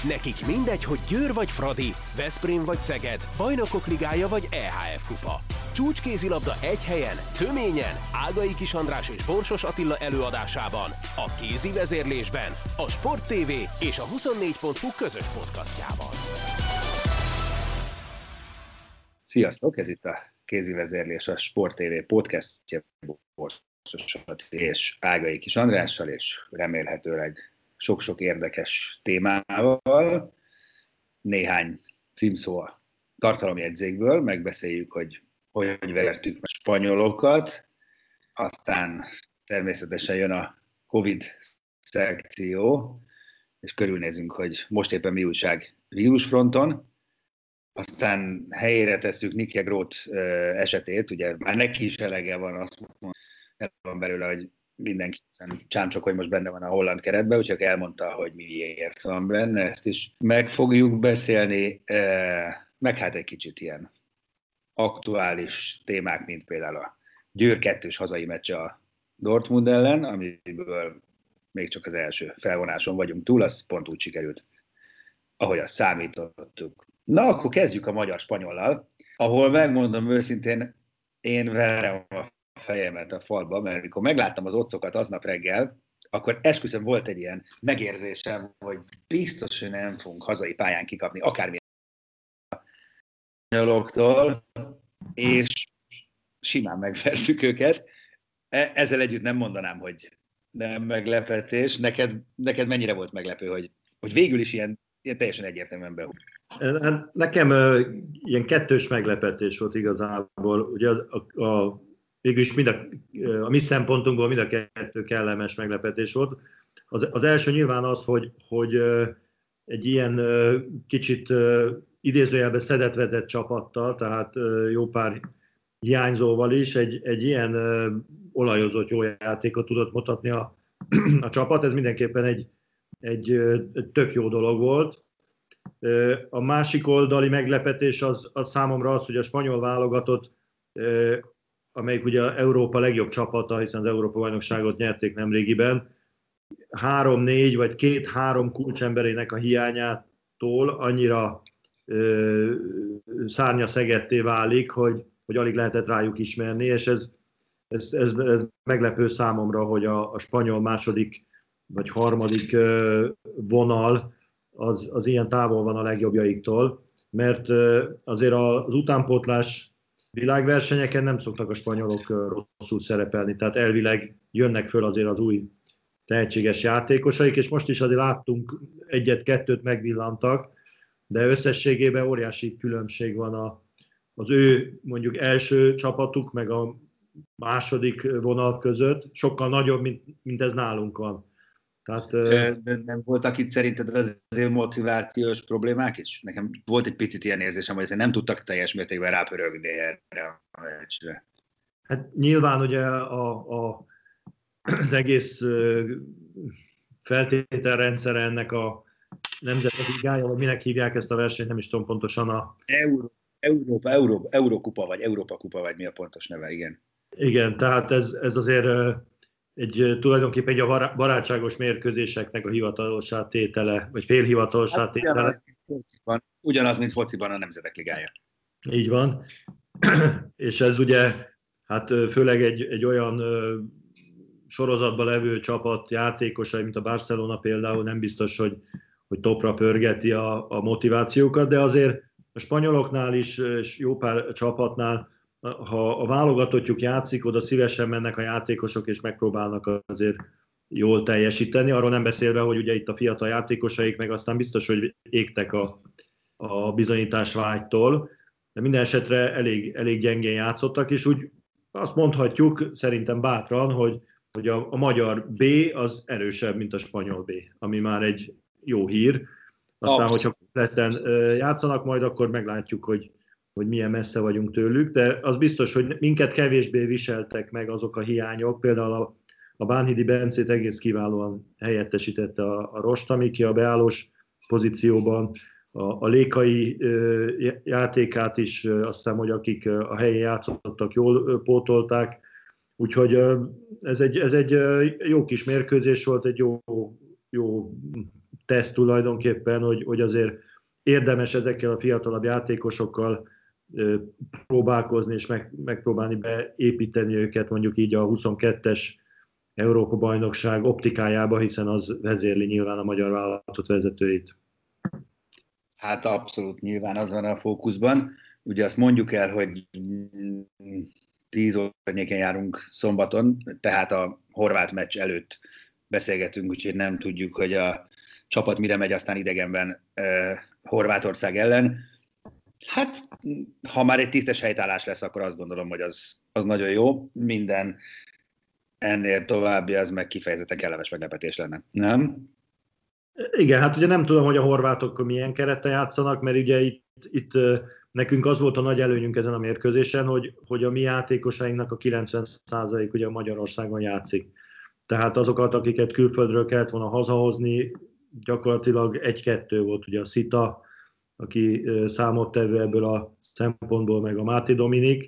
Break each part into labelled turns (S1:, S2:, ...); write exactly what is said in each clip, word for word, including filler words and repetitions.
S1: Nekik mindegy, hogy Győr vagy Fradi, Veszprém vagy Szeged, Bajnokok Ligája vagy é há ef Kupa. Csúcskézilabda egy helyen, töményen, Ágai Kis András és Borsos Attila előadásában, a kézi vezérlésben, a Sport té vé és a huszonnégy pont hu közös podcastjában.
S2: Sziasztok, ez itt a kézi vezérlés, a Sport té vé podcastja Borsos Attila és Ágai Kis Andrással, és remélhetőleg sok-sok érdekes témával. Néhány címszó a tartalomjegyzékből, megbeszéljük, hogy hogy vertük meg spanyolokat, aztán természetesen jön a Covid szekció, és körülnézünk, hogy most éppen mi újság vírusfronton. Aztán helyére tesszük Nicky Groth esetét, ugye már neki is elege van, azt mondom, van belőle, hogy mindenki csámcsok, hogy most benne van a holland keretben, úgyhogy elmondta, hogy miért van benne, ezt is meg fogjuk beszélni, meg hát egy kicsit ilyen aktuális témák, mint például a Győr kettős hazai meccse a Dortmund ellen, amiből még csak az első felvonáson vagyunk túl, az pont úgy sikerült, ahogy azt számítottuk. Na, akkor kezdjük a magyar-spanyollal, ahol megmondom őszintén, én verem a fejemet a falba, mert amikor megláttam az otcokat aznap reggel, akkor esküszöm volt egy ilyen megérzésem, hogy biztos, hogy nem fogunk hazai pályán kikapni, akármilyen spanyoloktól, és simán megvertük őket. Ezzel együtt nem mondanám, hogy nem meglepetés. Neked, neked mennyire volt meglepő, hogy, hogy végül is ilyen, ilyen teljesen egyértelműen behúz?
S3: Nekem uh, ilyen kettős meglepetés volt igazából. Ugye a, a, a, végül mind a, a mi szempontunkból mind a kettő kellemes meglepetés volt. Az, az első nyilván az, hogy, hogy uh, egy ilyen uh, kicsit uh, idézőjelben szedett-vedett csapattal, tehát uh, jó pár hiányzóval is egy, egy ilyen uh, olajozott jó játékot tudott mutatni a, a csapat. Ez mindenképpen egy, egy, egy tök jó dolog volt. Uh, a másik oldali meglepetés az, az számomra az, hogy a spanyol válogatott, uh, amelyik ugye Európa legjobb csapata, hiszen az Európa-bajnokságot nyerték nemrégiben, három-négy vagy két-három kulcsemberének a hiányától annyira ö, szárnyaszegetté válik, hogy, hogy alig lehetett rájuk ismerni, és ez, ez, ez, ez meglepő számomra, hogy a, a spanyol második vagy harmadik ö, vonal az, az ilyen távol van a legjobbjaiktól, mert ö, azért az utánpótlás világversenyeken nem szoktak a spanyolok rosszul szerepelni, tehát elvileg jönnek föl azért az új tehetséges játékosaik, és most is azért láttunk egyet-kettőt megvillantak, de összességében óriási különbség van a, az ő mondjuk első csapatuk, meg a második vonal között, sokkal nagyobb, mint, mint ez nálunk van. Tehát,
S2: de nem voltak itt szerinted azért motivációs problémák is? Nekem volt egy picit ilyen érzésem, hogy nem tudtak teljes mértékben rápörögni erre a meccsre.
S3: Hát nyilván ugye a, a, az egész feltételrendszere ennek a nemzeti ligája, vagy minek hívják ezt a versenyt, nem is tudom pontosan a...
S2: Euró, Európa, Euró, Eurókupa, vagy Európa kupa, vagy mi a pontos neve, igen.
S3: Igen, tehát ez, ez azért egy, tulajdonképpen egy a barátságos mérkőzéseknek a hivatalossá tétele, vagy félhivatalossá hát, tétele.
S2: Ugyanaz, mint ugyanaz, mint fociban a Nemzetek Ligája.
S3: Így van. És ez ugye, hát főleg egy, egy olyan sorozatban levő csapat játékosai, mint a Barcelona például, nem biztos, hogy, hogy topra pörgeti a, a motivációkat, de azért a spanyoloknál is, és jó pár csapatnál, ha a válogatottjuk játszik, oda szívesen mennek a játékosok, és megpróbálnak azért jól teljesíteni. Arról nem beszélve, hogy ugye itt a fiatal játékosaik meg aztán biztos, hogy égtek a, a bizonyítás vágytól, de minden esetre elég, elég gyengén játszottak, és úgy azt mondhatjuk, szerintem bátran, hogy, hogy a, a magyar B az erősebb, mint a spanyol B, ami már egy jó hír. Aztán, hogyha kompletten játszanak majd, akkor meglátjuk, hogy hogy milyen messze vagyunk tőlük, de az biztos, hogy minket kevésbé viseltek meg azok a hiányok. Például a, a Bánhidi Bencét egész kiválóan helyettesítette a, a Rosta Miki a beállós pozícióban, a, a Lékai ö, játékát is, ö, aztán, hogy akik ö, a helyén játszottak, jól ö, pótolták. Úgyhogy ö, ez egy, ez egy ö, jó kis mérkőzés volt, egy jó, jó teszt tulajdonképpen, hogy, hogy azért érdemes ezekkel a fiatalabb játékosokkal próbálkozni és meg, megpróbálni beépíteni őket mondjuk így a huszonkettes Európa-bajnokság optikájába, hiszen az vezérli nyilván a magyar vállalatot vezetőit.
S2: Hát abszolút nyilván az van a fókuszban. Ugye azt mondjuk el, hogy tíz órányéken járunk szombaton, tehát a horvát meccs előtt beszélgetünk, úgyhogy nem tudjuk, hogy a csapat mire megy aztán idegenben eh, Horvátország ellen. Hát, ha már egy tisztes helytállás lesz, akkor azt gondolom, hogy az, az nagyon jó. Minden ennél további, az meg kifejezetten kellemes meglepetés lenne, nem?
S3: Igen, hát ugye nem tudom, hogy a horvátok milyen kerettel játszanak, mert ugye itt, itt nekünk az volt a nagy előnyünk ezen a mérkőzésen, hogy, hogy a mi játékosainknak a kilencven százalék ugye Magyarországon játszik. Tehát azokat, akiket külföldről kellett volna hazahozni, gyakorlatilag egy-kettő volt ugye a Szita, aki számottevő ebből a szempontból, meg a Máté Dominik.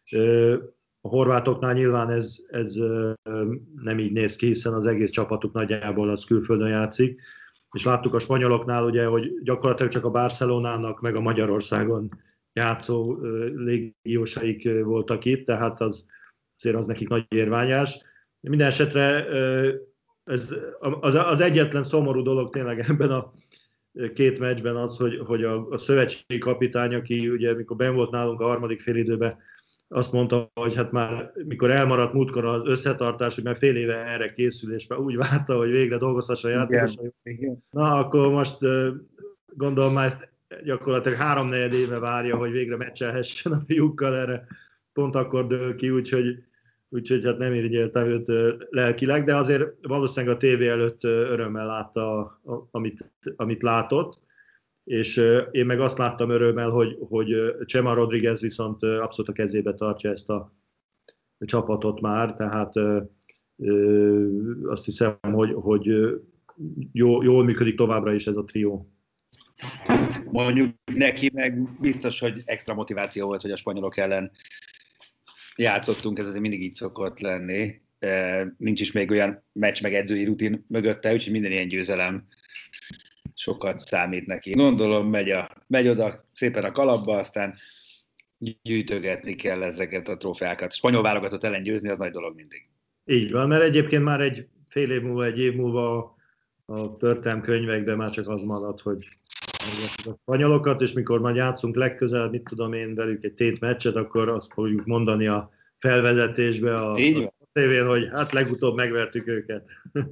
S3: A horvátoknál nyilván ez, ez nem így néz ki, hiszen az egész csapatuk nagyjából az külföldön játszik. És láttuk a spanyoloknál, ugye, hogy gyakorlatilag csak a Barcelonának, meg a Magyarországon játszó légiósaik voltak itt, tehát az, azért az nekik nagy érványás. Minden esetre ez, az, az egyetlen szomorú dolog tényleg ebben a két meccsben az, hogy, hogy a, a szövetségi kapitány, aki ugye mikor benn volt nálunk a harmadik félidőben, azt mondta, hogy hát már mikor elmaradt múltkor az összetartás, hogy már fél éve erre készül, és már úgy várta, hogy végre dolgozhassa a játékosai. Na, akkor most gondolom már ezt gyakorlatilag háromnegyed éve várja, hogy végre meccselhessen a fiúkkal, erre pont akkor dől ki, úgyhogy, úgyhogy hát nem irigyeltem őt lelkileg, de azért valószínűleg a tévé előtt örömmel látta, amit, amit látott. És én meg azt láttam örömmel, hogy, hogy Chema Rodriguez viszont abszolút a kezébe tartja ezt a csapatot már, tehát ö, ö, azt hiszem, hogy, hogy jó, jól működik továbbra is ez a trió.
S2: Mondjuk neki meg biztos, hogy extra motiváció volt, hogy a spanyolok ellen játszottunk, ez azért mindig így szokott lenni. Nincs is még olyan meccs meg edzői rutin mögötte, úgyhogy minden ilyen győzelem sokat számít neki. Gondolom, megy, a, megy oda szépen a kalapba, aztán gyűjtögetni kell ezeket a trófeákat. Spanyol válogatott ellen győzni, az nagy dolog mindig.
S3: Így van, mert egyébként már egy fél év múlva, egy év múlva a történelmkönyvekben már csak az maradt, hogy a spanyolokat, és mikor majd játszunk legközelebb, mit tudom én, velük egy tét meccset, akkor azt fogjuk mondani a felvezetésbe a, a tévén, hogy hát legutóbb megvertük őket.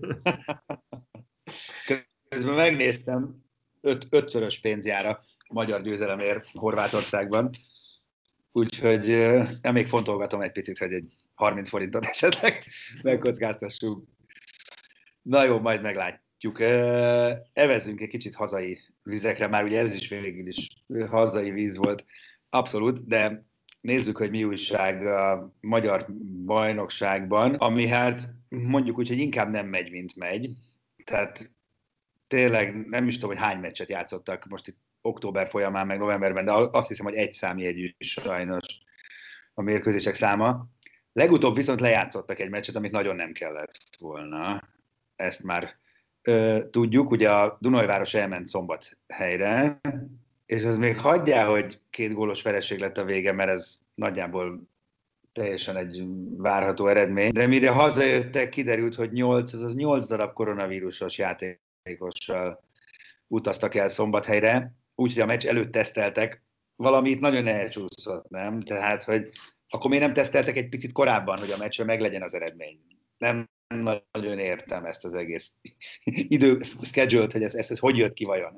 S2: Közben megnéztem, öt, ötszörös pénzjára magyar győzelemért Horvátországban, úgyhogy én még fontolgatom egy picit, hogy egy harminc forintot esetleg megkockáztassunk. Na jó, majd meglátjuk. Evezünk egy kicsit hazai vizekre, már ugye ez is végül is hazai víz volt, abszolút, de nézzük, hogy mi újság a magyar bajnokságban, ami hát mondjuk úgy, hogy inkább nem megy, mint megy. Tehát tényleg nem is tudom, hogy hány meccset játszottak most itt október folyamán, meg novemberben, de azt hiszem, hogy egy számjegyű sajnos a mérkőzések száma. Legutóbb viszont lejátszottak egy meccset, amit nagyon nem kellett volna. Ezt már ö, tudjuk. Ugye a Dunajváros elment Szombathelyre, és az még hagyjál, hogy két gólos vereség lett a vége, mert ez nagyjából teljesen egy várható eredmény. De mire hazajöttek, kiderült, hogy nyolc, ez az nyolc darab koronavírusos játékossal utaztak el Szombathelyre, úgyhogy a meccs előtt teszteltek. Valami itt nagyon elcsúszott, nem? Tehát, hogy akkor miért nem teszteltek egy picit korábban, hogy a meccsre meglegyen az eredmény? Nem nagyon értem ezt az egész idő schedule-t, hogy ez, ez, ez hogy jött ki vajon?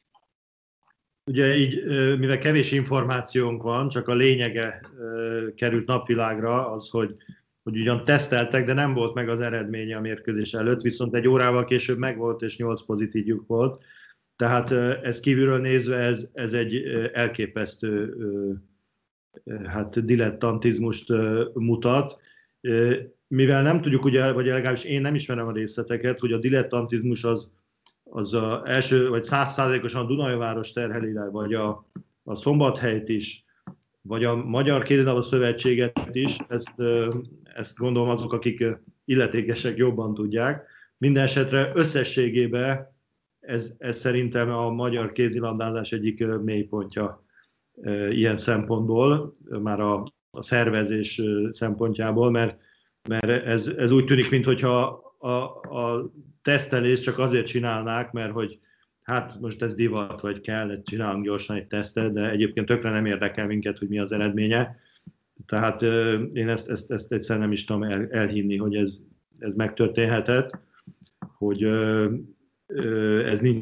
S3: Ugye így, mivel kevés információnk van, csak a lényege került napvilágra, az, hogy, hogy ugyan teszteltek, de nem volt meg az eredménye a mérkőzés előtt, viszont egy órával később megvolt, és nyolc pozitívjuk volt. Tehát ez kívülről nézve, ez, ez egy elképesztő hát dilettantizmust mutat. Mivel nem tudjuk, ugye, vagy legalábbis én nem ismerem a részleteket, hogy a dilettantizmus az, az a első, vagy száz százalékosan a Dunajváros terheli le, vagy a, a Szombathelyt is, vagy a Magyar Kézilabda Szövetséget is, ezt, ezt gondolom azok, akik illetékesek jobban tudják. Minden esetre összességében ez, ez szerintem a magyar kézilabdázás egyik mélypontja ilyen szempontból, már a, a szervezés szempontjából, mert, mert ez, ez úgy tűnik, mintha a, a tesztelést csak azért csinálnák, mert hogy hát most ez divat, vagy kell, csinálunk gyorsan egy tesztet, de egyébként tökre nem érdekel minket, hogy mi az eredménye. Tehát én ezt, ezt, ezt egyszerűen nem is tudom el, elhinni, hogy ez, ez megtörténhetett, hogy ez nincs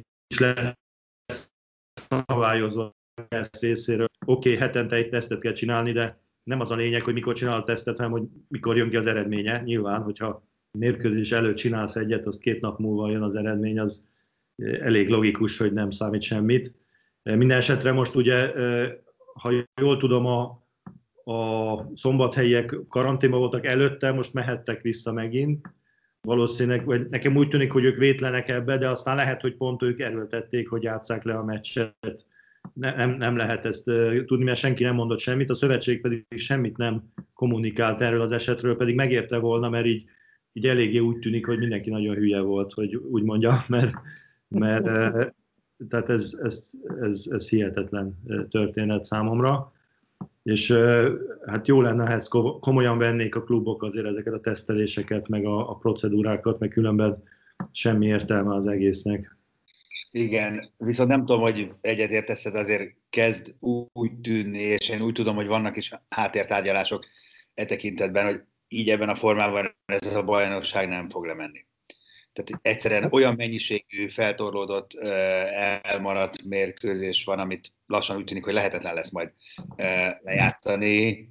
S3: leszabályozva ezt részéről. Oké, okay, hetente egy tesztet kell csinálni, de nem az a lényeg, hogy mikor csinál a tesztet, hanem hogy mikor jön ki az eredménye. Nyilván, hogyha mérkőzés előtt csinálsz egyet, az két nap múlva jön az eredmény, az elég logikus, hogy nem számít semmit. Minden esetre most ugye, ha jól tudom, a, a szombathelyiek karanténban voltak előtte, most mehettek vissza megint. Valószínűleg, vagy nekem úgy tűnik, hogy ők vétlenek ebbe, de aztán lehet, hogy pont ők erőltették, hogy játsszák le a meccset. Nem, nem lehet ezt tudni, mert senki nem mondott semmit, a szövetség pedig semmit nem kommunikált erről az esetről, pedig megérte volna, mert így, így eléggé úgy tűnik, hogy mindenki nagyon hülye volt, hogy úgy mondja, mert, mert tehát ez, ez, ez, ez hihetetlen történet számomra. És hát jó lenne, ha ezt komolyan vennék a klubok azért ezeket a teszteléseket, meg a, a procedúrákat, meg különben semmi értelme az egésznek.
S2: Igen, viszont nem tudom, hogy egyetértesz, azért kezd úgy tűnni, és én úgy tudom, hogy vannak is háttértárgyalások e tekintetben, hogy így ebben a formában ez a bajnokság nem fog lemenni. Tehát egyszerűen olyan mennyiségű feltorlódott, elmaradt mérkőzés van, amit lassan úgy tűnik, hogy lehetetlen lesz majd lejátszani.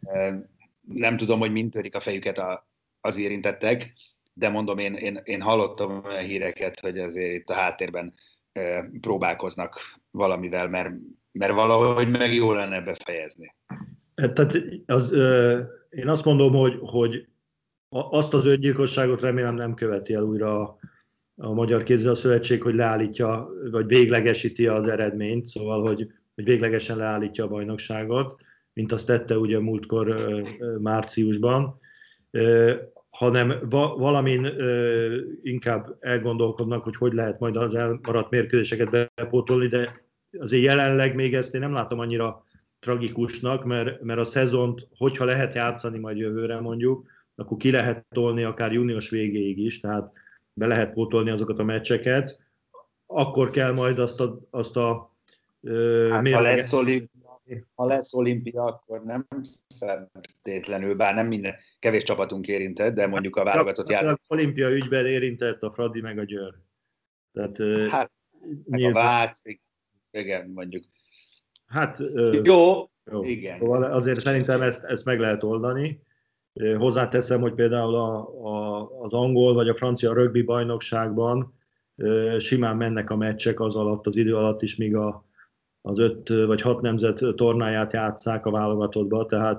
S2: Nem tudom, hogy mind törik a fejüket az érintettek, de mondom, én, én, én hallottam olyan híreket, hogy azért itt a háttérben próbálkoznak valamivel, mert, mert valahogy meg jó lenne befejezni.
S3: Tehát az, én azt mondom, hogy, hogy azt az öngyilkosságot remélem nem követi el újra a, a Magyar Kézilabda-szövetség, hogy leállítja, vagy véglegesíti az eredményt, szóval, hogy, hogy véglegesen leállítja a bajnokságot, mint azt tette ugye múltkor márciusban, hanem va- valamin inkább elgondolkodnak, hogy hogy lehet majd az elmaradt mérkőzéseket bepótolni, de azért jelenleg még ezt én nem látom annyira tragikusnak, mert, mert a szezont, hogyha lehet játszani majd jövőre mondjuk, akkor ki lehet tolni akár június végéig is, tehát be lehet pótolni azokat a meccseket, akkor kell majd azt a... Azt a
S2: hát, ha, lesz olimpia, ha lesz olimpia, akkor nem feltétlenül, bár nem minden, kevés csapatunk érintett, de mondjuk a válogatott játék.
S3: Az olimpia ügyben érintett a Fradi meg a Győr. Tehát,
S2: hát, meg nyilván... a Váci, igen, mondjuk.
S3: Hát,
S2: jó,
S3: jó,
S2: igen.
S3: Azért szerintem ezt, ezt meg lehet oldani. Hozzáteszem, hogy például a, a, az angol vagy a francia rögbi bajnokságban simán mennek a meccsek az alatt, az idő alatt is, míg a, az öt vagy hat nemzet tornáját játsszák a válogatottba, tehát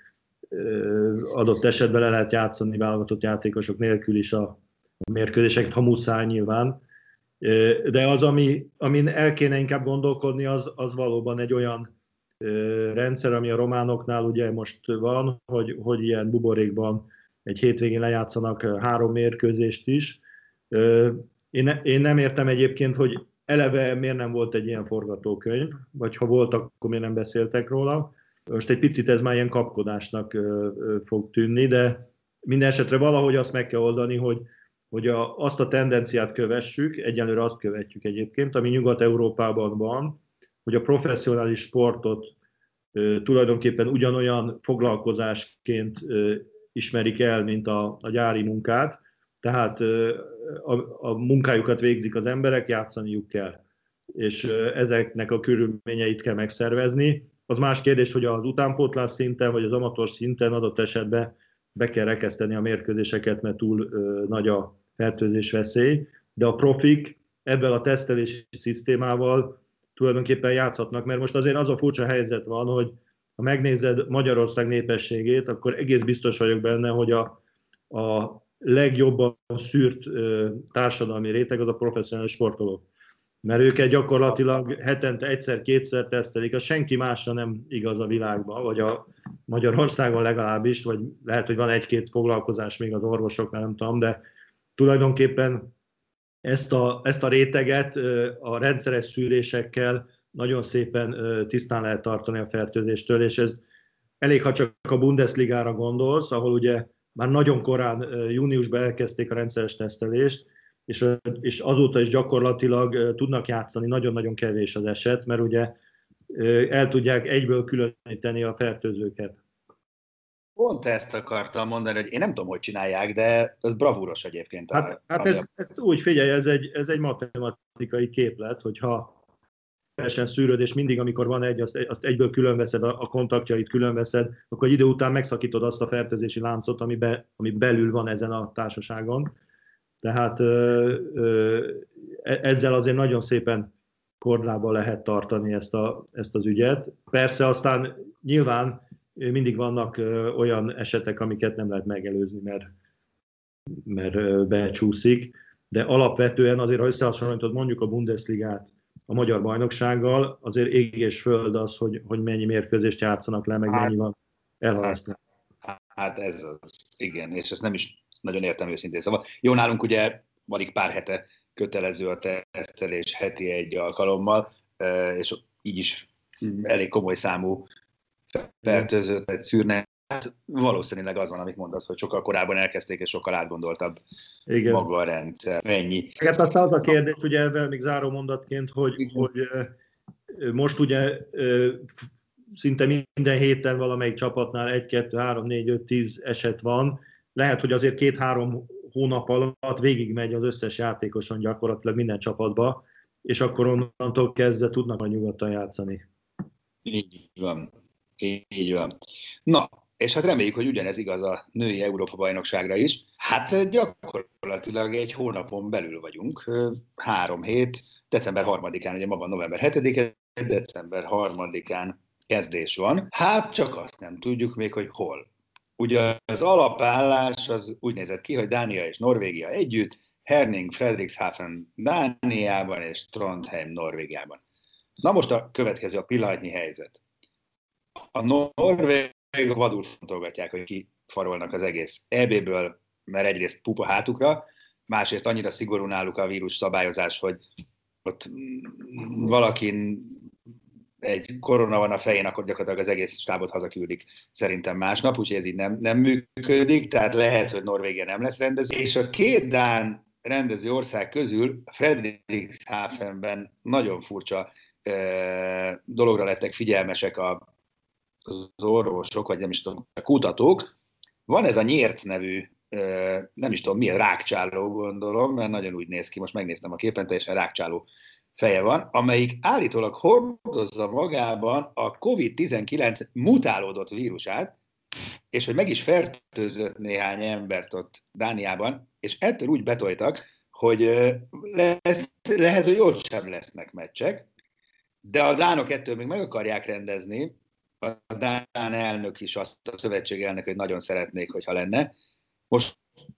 S3: adott esetben le lehet játszani válogatott játékosok nélkül is a mérkőzéseket, ha muszáj nyilván. De az, ami, amin el kéne inkább gondolkodni, az, az valóban egy olyan rendszer, ami a románoknál ugye most van, hogy, hogy ilyen buborékban egy hétvégén lejátszanak három mérkőzést is. Én, ne, én nem értem egyébként, hogy eleve miért nem volt egy ilyen forgatókönyv, vagy ha volt, akkor miért nem beszéltek róla. Most egy picit ez már ilyen kapkodásnak fog tűnni, de minden esetre valahogy azt meg kell oldani, hogy, hogy a, azt a tendenciát kövessük, egyelőre azt követjük egyébként, ami Nyugat-Európában van, hogy a professzionális sportot e, tulajdonképpen ugyanolyan foglalkozásként e, ismerik el, mint a, a gyári munkát, tehát e, a, a munkájukat végzik az emberek, játszaniuk kell, és e, ezeknek a körülményeit kell megszervezni. Az más kérdés, hogy az utánpótlás szinten, vagy az amatőr szinten adott esetben be kell rekeszteni a mérkőzéseket, mert túl e, nagy a fertőzés veszély, de a profik ebben a tesztelési szisztémával tulajdonképpen játszhatnak, mert most azért az a furcsa helyzet van, hogy ha megnézed Magyarország népességét, akkor egész biztos vagyok benne, hogy a, a legjobban szűrt ö, társadalmi réteg az a professzionális sportolók. Mert őket gyakorlatilag hetente egyszer-kétszer tesztelik, az senki másra nem igaz a világban, vagy a Magyarországon legalábbis, vagy lehet, hogy van egy-két foglalkozás még az orvosoknál, nem tudom, de tulajdonképpen ezt a, ezt a réteget a rendszeres szűrésekkel nagyon szépen tisztán lehet tartani a fertőzéstől, és ez elég, ha csak a Bundesligára gondolsz, ahol ugye már nagyon korán júniusban elkezdték a rendszeres tesztelést, és, és azóta is gyakorlatilag tudnak játszani, nagyon-nagyon kevés az eset, mert ugye el tudják egyből különíteni a fertőzőket.
S2: Pont ezt akartam mondani, hogy én nem tudom, hogy csinálják, de ez bravúros egyébként.
S3: Hát, hát ez, ez úgy figyelj, ez egy, ez egy matematikai képlet, hogyha teljesen szűröd, és mindig, amikor van egy, azt, azt egyből különveszed, a, a kontaktjait különveszed, akkor egy idő után megszakítod azt a fertőzési láncot, ami, be, ami belül van ezen a társaságon. Tehát ö, ö, ezzel azért nagyon szépen kordában lehet tartani ezt, a, ezt az ügyet. Persze aztán nyilván mindig vannak olyan esetek, amiket nem lehet megelőzni, mert, mert becsúszik, de alapvetően azért, ha összehasonlítod mondjuk a Bundesligát a magyar bajnoksággal, azért ég és föld az, hogy, hogy mennyi mérkőzést játszanak le, meg hát, mennyi van elhalasztás.
S2: Hát, hát ez az, igen, és ezt nem is nagyon értem őszintén. Szóval jó, nálunk ugye alig pár hete kötelező a tesztelés heti egy alkalommal, és így is elég komoly számú fertőzőt szűrnek. Hát valószínűleg az van, amit mondasz, hogy sokkal korábban elkezdték, és sokkal átgondoltabb igen. Maga a rendszer. Ennyi.
S3: Hát aztán az a kérdés, ugye ezzel még záró mondatként, hogy, hogy most ugye szinte minden héten valamelyik csapatnál egy, kettő, három, négy, öt, tíz eset van. Lehet, hogy azért két-három hónap alatt végigmegy az összes játékoson gyakorlatilag minden csapatba, és akkor onnantól kezdve tudnak majd nyugodtan játszani.
S2: Így van. Így van. Na, és hát reméljük, hogy ugyanez igaz a női Európa-bajnokságra is. Hát gyakorlatilag egy hónapon belül vagyunk, három hét, december harmadikán, ugye ma van november hetedike, december harmadikán kezdés van. Hát csak azt nem tudjuk még, hogy hol. Ugye az alapállás az úgy nézett ki, hogy Dánia és Norvégia együtt, Herning, Frederikshavn Dániában és Trondheim Norvégiában. Na most a következő a pillanatnyi helyzet. A norvégok vadul fontolgatják, hogy kifarolnak az egész é bé-ből, mert egyrészt pupa hátukra, másrészt annyira szigorú náluk a vírus szabályozás, hogy ott valakin egy korona van a fején, akkor gyakorlatilag az egész stábot hazaküldik szerintem másnap, úgyhogy ez így nem, nem működik, tehát lehet, hogy Norvégia nem lesz rendező. És a két dán rendező ország közül Frederikshavenben nagyon furcsa eh, dologra lettek figyelmesek a az orvosok, vagy nem is tudom, a kutatók. Van ez a nyérc nevű, nem is tudom, milyen rákcsáló, gondolom, mert nagyon úgy néz ki, most megnéztem a képen, teljesen rákcsáló feje van, amelyik állítólag hordozza magában a kovid tizenkilenc mutálódott vírusát, és hogy meg is fertőzött néhány embert ott Dániában, és ettől úgy betoltak, hogy lesz, lehet, hogy ott sem lesznek meccsek, de a dánok ettől még meg akarják rendezni. A dán elnök is azt a szövetség elnök, hogy nagyon szeretnék, hogyha lenne. Most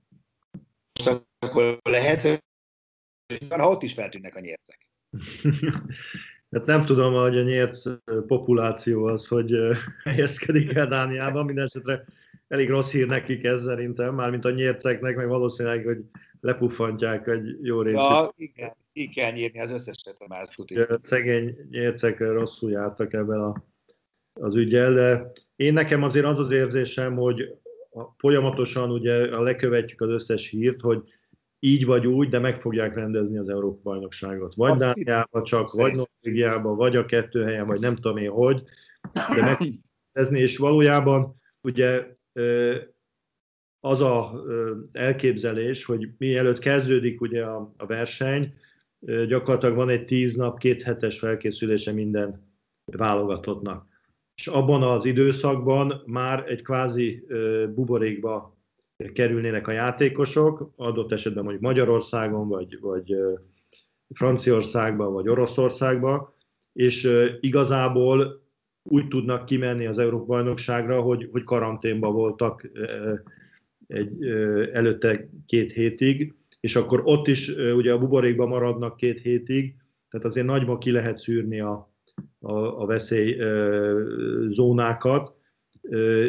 S2: akkor lehet, hogy ha ott is feltűnnek a nyércek.
S3: Hát nem tudom, hogy a nyérc populáció az, hogy helyezkedik el Dániában, mindenesetre elég rossz hír nekik ez szerintem, mármint a nyérceknek, meg valószínűleg, hogy lepuffantják egy jó részét.
S2: Ja, igen, így kell nyírni az összeset, már ezt tudjuk.
S3: Szegény nyércek rosszul jártak ebben a az ügyel, de én nekem azért az az érzésem, hogy folyamatosan ugye lekövetjük az összes hírt, hogy így vagy úgy, de meg fogják rendezni az Európa-bajnokságot. Vagy Dániában csak, vagy Norvégiában, vagy a kettő helyen, vagy nem tudom én hogy, de meg fogják rendezni, és valójában ugye az a elképzelés, hogy mielőtt kezdődik ugye a, a verseny, gyakorlatilag van egy tíz nap, két hetes felkészülése minden válogatottnak. És abban az időszakban már egy kvázi buborékba kerülnének a játékosok, adott esetben mondjuk Magyarországon, vagy, vagy Franciaországban, vagy Oroszországban, és igazából úgy tudnak kimenni az Európa-bajnokságra, hogy, hogy karanténban voltak egy, előtte két hétig, és akkor ott is ugye a buborékban maradnak két hétig, tehát azért nagyban ki lehet szűrni a, a, a veszélyzónákat.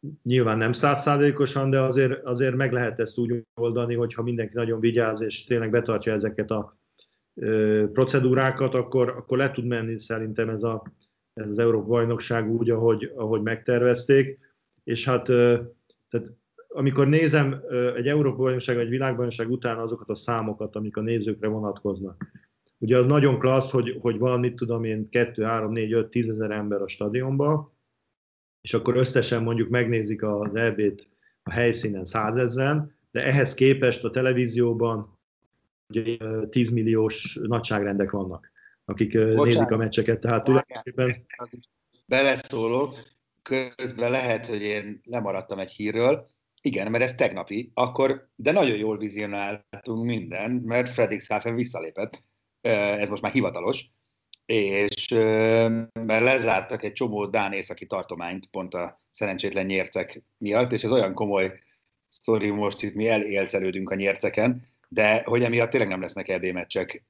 S3: nyilván nem százszázalékosan, de azért, azért meg lehet ezt úgy oldani, hogyha mindenki nagyon vigyáz, és tényleg betartja ezeket a ö, procedúrákat, akkor, akkor le tud menni szerintem ez, a, ez az Európa-bajnokság úgy, ahogy, ahogy megtervezték. És hát ö, tehát amikor nézem ö, egy Európa-bajnokság, vagy egy világbajnokság után azokat a számokat, amik a nézőkre vonatkoznak, ugye az nagyon klassz, hogy, hogy van, mit tudom én, kettő, három, négy, öt, tízezer ember a stadionban, és akkor összesen mondjuk megnézik az é bét a helyszínen százezren, de ehhez képest a televízióban ugye tízmilliós nagyságrendek vannak, akik Bocsánat. nézik a meccseket. Tehát tulajdonképpen...
S2: Beleszólok, közben lehet, hogy én lemaradtam egy hírről. Igen, mert ez tegnapi, akkor, de nagyon jól vizionáltunk minden, mert Fredriksthafen visszalépett. Ez most már hivatalos. És mert lezártak egy csomó dán északi tartományt pont a szerencsétlen nyércek miatt, és ez olyan komoly sztori, most itt mi elélcelődünk a nyérceken, de hogy emiatt tényleg nem lesznek é bé meccsek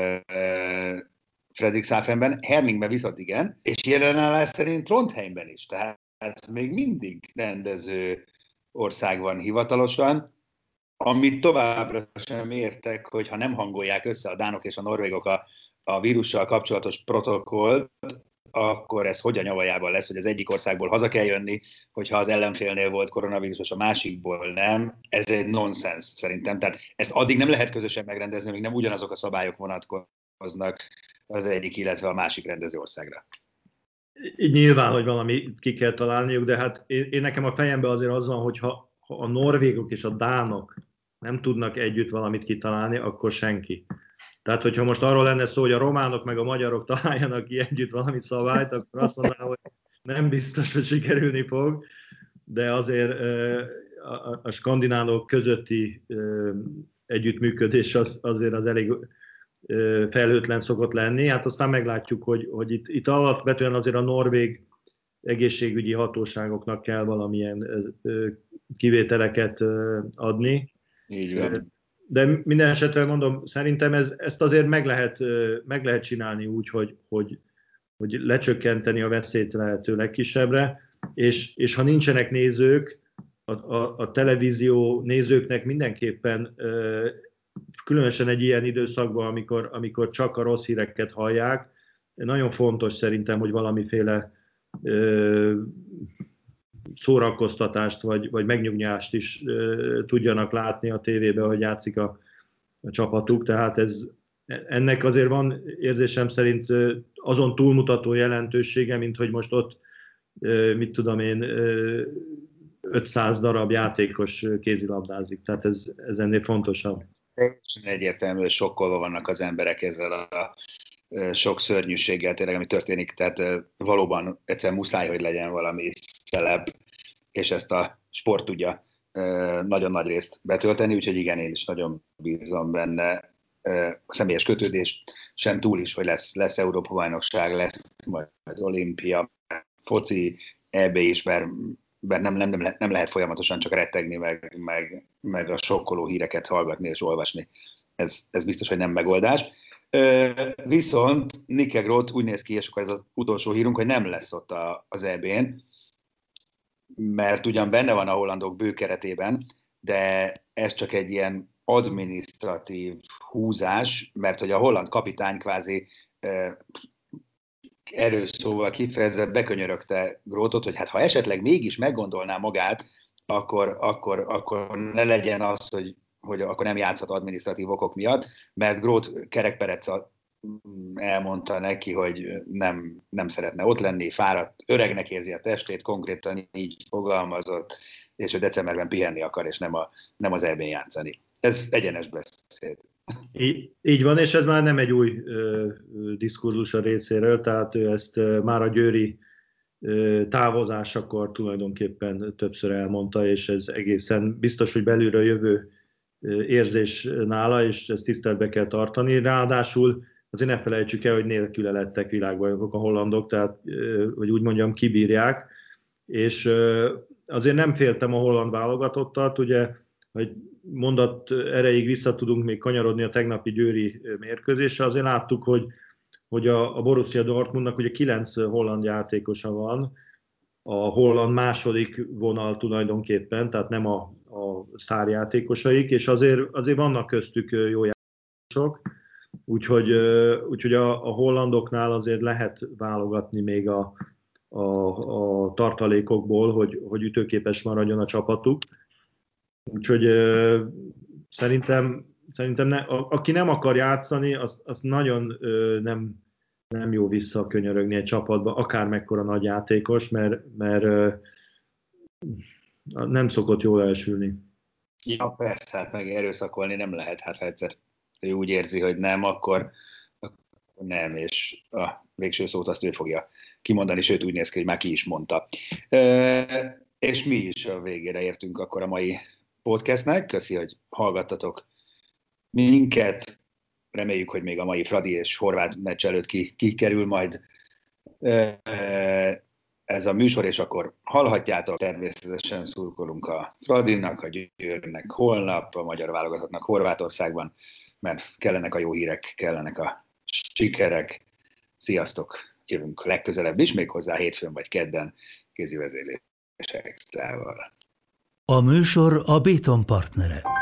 S2: Fredrikshafenben, Hermingben viszont igen, és jelenállás szerint Trondheimben is, tehát még mindig rendező ország van hivatalosan, amit továbbra sem értek, hogy ha nem hangolják össze a dánok és a norvégok a a vírussal kapcsolatos protokollt, akkor ez hogy a nyavajában lesz, hogy az egyik országból haza kell jönni, hogyha az ellenfélnél volt koronavírusos, a másikból nem. Ez egy nonsens szerintem. Tehát ezt addig nem lehet közösen megrendezni, amíg nem ugyanazok a szabályok vonatkoznak az egyik, illetve a másik rendező országra.
S3: Nyilván, hogy valami ki kell találniuk, de hát én, én nekem a fejemben azért az van, hogy ha, ha a norvégok és a dánok nem tudnak együtt valamit kitalálni, akkor senki. Tehát, hogyha most arról lenne szó, hogy a románok meg a magyarok találjanak ki együtt valami szabályt, akkor azt mondanám, hogy nem biztos, hogy sikerülni fog, de azért a, a skandinávok közötti együttműködés az, azért az elég felhőtlen szokott lenni. Hát aztán meglátjuk, hogy, hogy itt, itt alapvetően azért a norvég egészségügyi hatóságoknak kell valamilyen kivételeket adni.
S2: Így van.
S3: De minden esetre mondom, szerintem ez, ezt azért meg lehet, meg lehet csinálni úgy, hogy, hogy, hogy lecsökkenteni a veszélyt lehető legkisebbre, és, és ha nincsenek nézők, a, a, a televízió nézőknek mindenképpen, különösen egy ilyen időszakban, amikor, amikor csak a rossz híreket hallják, nagyon fontos szerintem, hogy valamiféle szórakoztatást vagy, vagy megnyugnyást is e, tudjanak látni a tévében, hogy játszik a, a csapatuk. Tehát ez, ennek azért van érzésem szerint azon túlmutató jelentősége, mint hogy most ott, e, mit tudom én, e, ötszáz darab játékos kézilabdázik. Tehát ez, ez ennél fontosabb.
S2: Egyértelmű, hogy sokkolva vannak az emberek ezzel a sok szörnyűséggel, tényleg, ami történik. Tehát valóban egyszer muszáj, hogy legyen valami szelebb, és ezt a sport tudja nagyon nagy részt betölteni, úgyhogy igen, én is nagyon bízom benne. A személyes kötődés sem túl is, hogy lesz, lesz Európa-bajnokság, lesz majd olimpia, foci, é bé is, mert, mert nem, nem, nem, lehet, nem lehet folyamatosan csak rettegni, meg, meg, meg a sokkoló híreket hallgatni és olvasni. Ez, ez biztos, hogy nem megoldás. Viszont Nick Groth úgy néz ki, és akkor ez az utolsó hírunk, hogy nem lesz ott az é bén, mert ugyan benne van a hollandok bő keretében, de ez csak egy ilyen adminisztratív húzás, mert hogy a holland kapitány kvázi erőszóval kifejezve bekönyörögte Grothot, hogy hát ha esetleg mégis meggondolná magát, akkor, akkor, akkor ne legyen az, hogy hogy akkor nem játszhat adminisztratív okok miatt, mert Groth kerekpereca elmondta neki, hogy nem, nem szeretne ott lenni, fáradt, öregnek érzi a testét, konkrétan így fogalmazott, és hogy decemberben pihenni akar, és nem, a, nem az é bén játszani. Ez egyenes beszéd.
S3: Így, így van, és ez már nem egy új ö, diskurzus a részéről, tehát ő ezt ö, már a győri ö, távozásakor tulajdonképpen többször elmondta, és ez egészen biztos, hogy belülről jövő érzés nála, és ezt tiszteletbe kell tartani. Ráadásul azért ne felejtsük el, hogy nélküle lettek világbajnokok a hollandok, tehát, hogy úgy mondjam, kibírják, és azért nem féltem a holland válogatottat, ugye, hogy mondat erejéig vissza tudunk még kanyarodni a tegnapi győri mérkőzésre, azért láttuk, hogy, hogy a, a Borussia Dortmundnak ugye kilenc holland játékosa van, a holland második vonal tulajdonképpen, tehát nem a, a sztárjátékosaik, és azért, azért vannak köztük jó játékosok, úgyhogy, úgyhogy a, a hollandoknál azért lehet válogatni még a, a, a tartalékokból, hogy, hogy ütőképes maradjon a csapatuk. Úgyhogy szerintem, szerintem ne, a, aki nem akar játszani, az, az nagyon nem, nem jó visszakönyörögni egy csapatba, akármekkora nagy játékos, mert, mert nem szokott jól elsülni.
S2: Ja, persze, hát meg erőszakolni nem lehet, hát ha egyszer ő úgy érzi, hogy nem, akkor, akkor nem, és a végső szót azt ő fogja kimondani, sőt úgy néz ki, hogy már ki is mondta. E, és mi is a végére értünk akkor a mai podcastnek. Köszi, hogy hallgattatok minket. Reméljük, hogy még a mai Fradi és Horváth meccs előtt ki, kikerül majd ez a műsor, és akkor hallhatjátok. Természetesen szurkolunk a Fradinak, a Győrnek holnap, a magyar válogatottnak Horvátországban, mert kellenek a jó hírek, kellenek a sikerek. Sziasztok! Jövünk legközelebb is, méghozzá hétfőn vagy kedden kézi vezérlés extrával.
S4: A műsor a Béton partnere.